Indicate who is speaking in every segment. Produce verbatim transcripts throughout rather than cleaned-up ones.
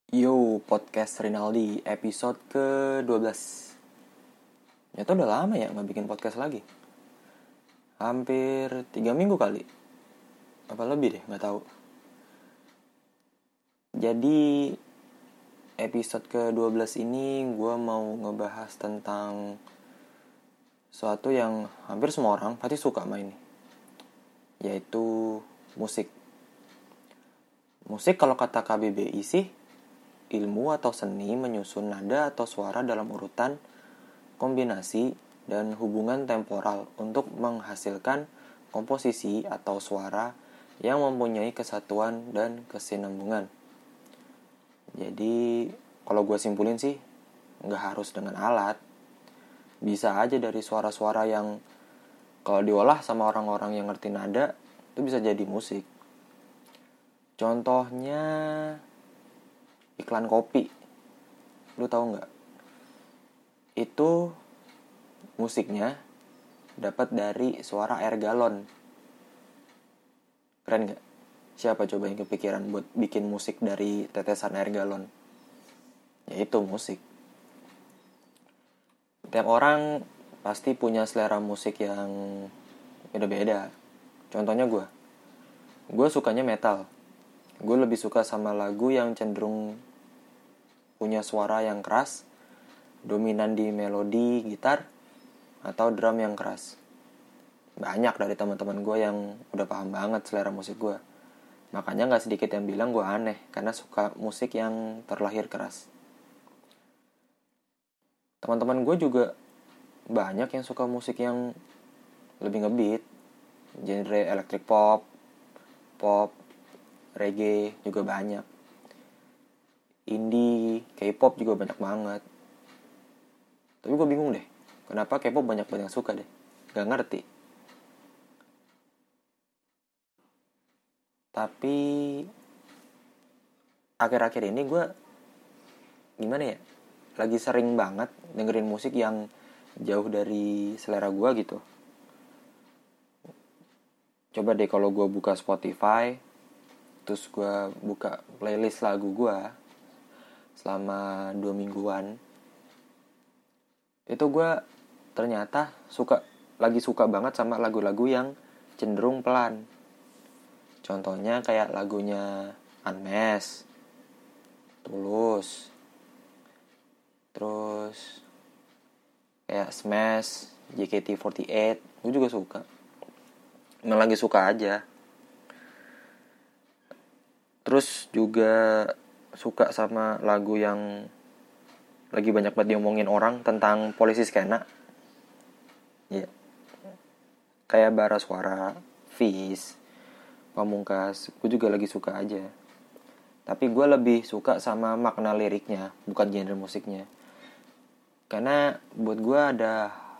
Speaker 1: Yo, podcast Rinaldi, episode ke dua belas. Nyata udah lama ya gak bikin podcast lagi. Hampir tiga minggu kali. Apa lebih deh, gak tahu. Jadi, episode ke dua belas ini gue mau ngebahas tentang suatu yang hampir semua orang pasti suka main, yaitu musik. Musik kalau kata K B B I sih, ilmu atau seni menyusun nada atau suara dalam urutan, kombinasi, dan hubungan temporal untuk menghasilkan komposisi atau suara yang mempunyai kesatuan dan kesinambungan. Jadi, kalau gue simpulin sih, nggak harus dengan alat. Bisa aja dari suara-suara yang kalau diolah sama orang-orang yang ngerti nada, itu bisa jadi musik. Contohnya iklan kopi, lu tahu nggak? Itu musiknya dapat dari suara air galon. Keren nggak? Siapa coba yang kepikiran buat bikin musik dari tetesan air galon? Ya itu musik. Tiap orang pasti punya selera musik yang beda-beda. Contohnya gue, gue sukanya metal. Gue lebih suka sama lagu yang cenderung punya suara yang keras, dominan di melodi gitar atau drum yang keras. Banyak dari teman-teman gue yang udah paham banget selera musik gue. Makanya gak sedikit yang bilang gue aneh karena suka musik yang terlahir keras. Teman-teman gue juga banyak yang suka musik yang lebih ngebeat, genre electric pop, pop, reggae juga banyak. Indie, K-pop juga banyak banget. Tapi gue bingung deh, kenapa K-pop banyak banget yang suka deh? Gak ngerti. Tapi akhir-akhir ini gue gimana ya? Lagi sering banget dengerin musik yang jauh dari selera gue gitu. Coba deh kalau gue buka Spotify, terus gue buka playlist lagu gue selama dua mingguan, itu gue ternyata suka lagi suka banget sama lagu-lagu yang cenderung pelan. Contohnya kayak lagunya Unmesh, Tulus, terus kayak Smash, J K T empat delapan, gue juga suka. Emang lagi suka aja. Terus juga suka sama lagu yang lagi banyak banget diomongin orang tentang polisi skena. Ya, kayak Bara Suara, Fish, Pamungkas, gue juga lagi suka aja. Tapi gue lebih suka sama makna liriknya, bukan genre musiknya. Karena buat gue ada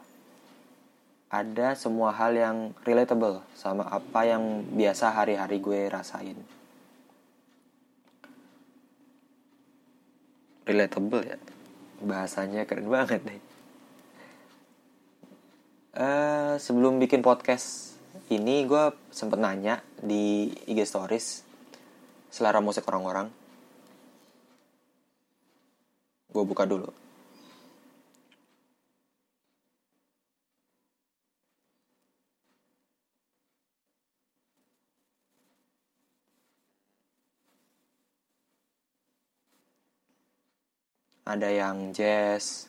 Speaker 1: ada semua hal yang relatable sama apa yang biasa hari-hari gue rasain. Relatable ya, bahasanya keren banget deh. Uh, sebelum bikin podcast ini gue sempet nanya di I G Stories selera musik orang-orang. Gue buka dulu. Ada yang jazz,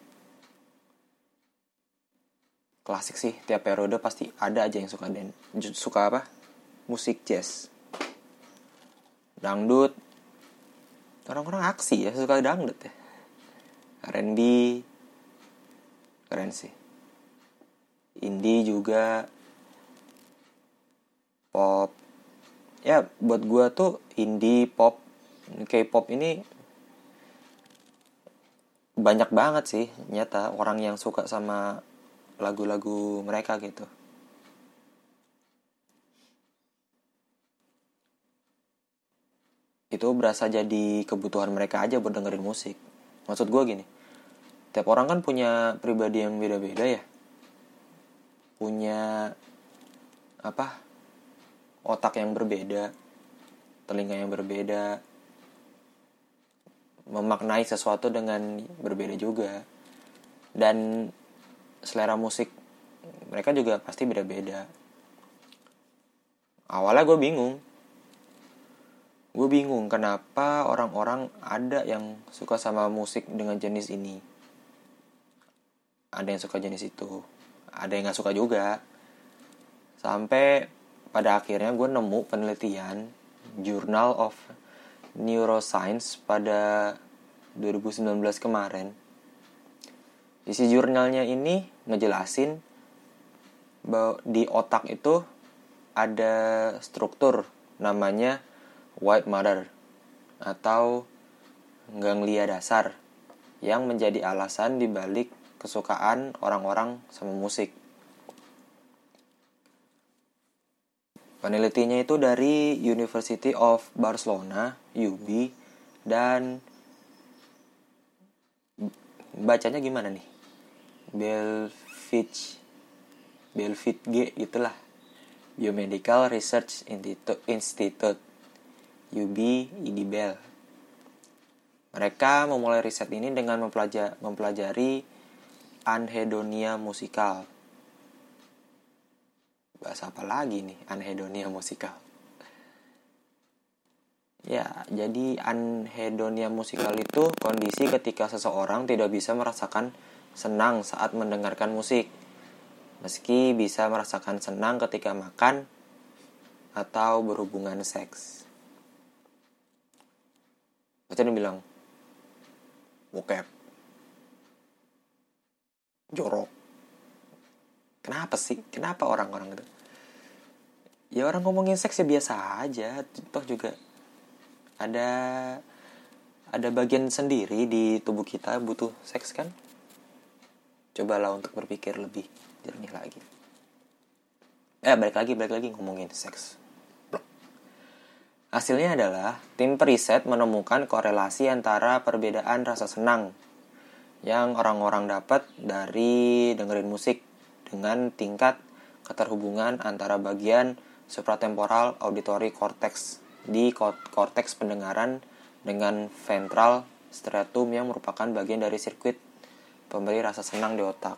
Speaker 1: klasik sih, tiap periode pasti ada aja yang suka dan suka apa? Musik jazz. Dangdut, orang-orang aksi ya, suka dangdut ya. R and B, keren sih. Indie juga, pop. Ya buat gue tuh indie, pop, K-pop ini banyak banget sih nyata orang yang suka sama lagu-lagu mereka gitu. Itu berasa jadi kebutuhan mereka aja buat dengerin musik. Maksud gue gini, tiap orang kan punya pribadi yang beda-beda ya. Punya apa? Otak yang berbeda, telinga yang berbeda, memaknai sesuatu dengan berbeda juga. Dan selera musik mereka juga pasti beda-beda. Awalnya gue bingung. Gue bingung kenapa orang-orang ada yang suka sama musik dengan jenis ini. Ada yang suka jenis itu. Ada yang gak suka juga. Sampai pada akhirnya gue nemu penelitian Journal of Neuroscience pada dua ribu sembilan belas kemarin. Isi jurnalnya ini ngejelasin bahwa di otak itu ada struktur namanya white matter atau ganglia dasar yang menjadi alasan dibalik kesukaan orang-orang sama musik. Penelitinya itu dari University of Barcelona, U B, dan bacanya gimana nih? Belfitch Belfitge gitulah. Biomedical Research Institute, U B I D B E L. Mereka memulai riset ini dengan mempelajari, mempelajari anhedonia musikal. Bahasa apa lagi nih anhedonia musikal? Ya, jadi anhedonia musikal itu kondisi ketika seseorang tidak bisa merasakan senang saat mendengarkan musik, meski bisa merasakan senang ketika makan atau berhubungan seks. Baca dia bilang, bokep, jorok. Kenapa sih? Kenapa orang-orang itu? Ya orang ngomongin seks ya biasa aja. Toh juga ada ada bagian sendiri di tubuh kita butuh seks kan? Cobalah untuk berpikir lebih jernih lagi. Eh balik lagi balik lagi ngomongin seks. Blok. Hasilnya adalah tim periset menemukan korelasi antara perbedaan rasa senang yang orang-orang dapat dari dengerin musik dengan tingkat keterhubungan antara bagian supratemporal auditory cortex di korteks pendengaran dengan ventral striatum yang merupakan bagian dari sirkuit pemberi rasa senang di otak.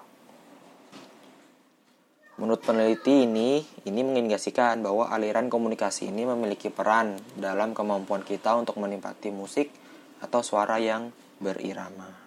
Speaker 1: Menurut peneliti ini, ini mengindikasikan bahwa aliran komunikasi ini memiliki peran dalam kemampuan kita untuk menikmati musik atau suara yang berirama.